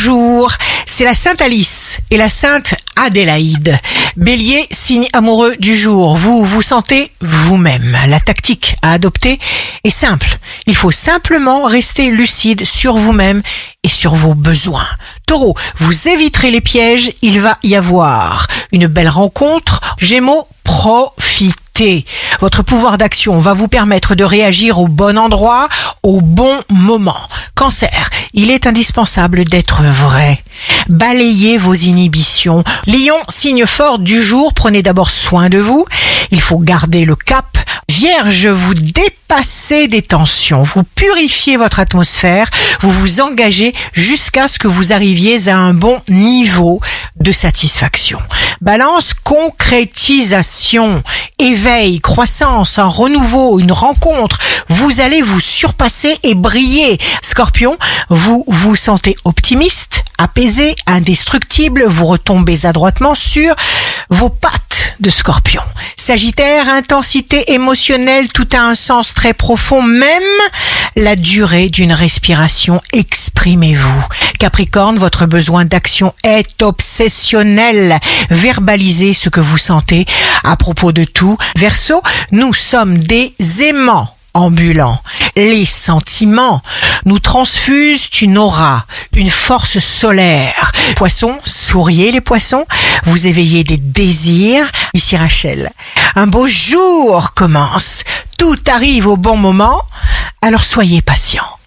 Bonjour, c'est la Sainte Alice et la Sainte Adélaïde. Bélier, signe amoureux du jour. Vous vous sentez vous-même. La tactique à adopter est simple. Il faut simplement rester lucide sur vous-même et sur vos besoins. Taureau, vous éviterez les pièges, il va y avoir une belle rencontre. Gémeaux, profitez. Votre pouvoir d'action va vous permettre de réagir au bon endroit, au bon moment. Cancer, il est indispensable d'être vrai. Balayez vos inhibitions. Lion, signe fort du jour, prenez d'abord soin de vous. Il faut garder le cap. Vierge, vous dépassez des tensions, vous purifiez votre atmosphère, vous vous engagez jusqu'à ce que vous arriviez à un bon niveau de satisfaction. Balance, concrétisation, éveil, croissance, un renouveau, une rencontre. Vous allez vous surpasser et briller. Scorpion, vous vous sentez optimiste, apaisé, indestructible. Vous retombez adroitement sur vos pattes de Scorpion. Sagittaire, intensité émotionnelle, tout a un sens très profond, même la durée d'une respiration. Exprimez-vous. Capricorne, votre besoin d'action est obsessionnel. Verbalisez ce que vous sentez à propos de tout. Verseau, nous sommes des aimants ambulants. Les sentiments nous transfusent une aura, une force solaire. Poissons, souriez les poissons, vous éveillez des désirs. Ici Rachel, un beau jour commence. Tout arrive au bon moment, alors soyez patients.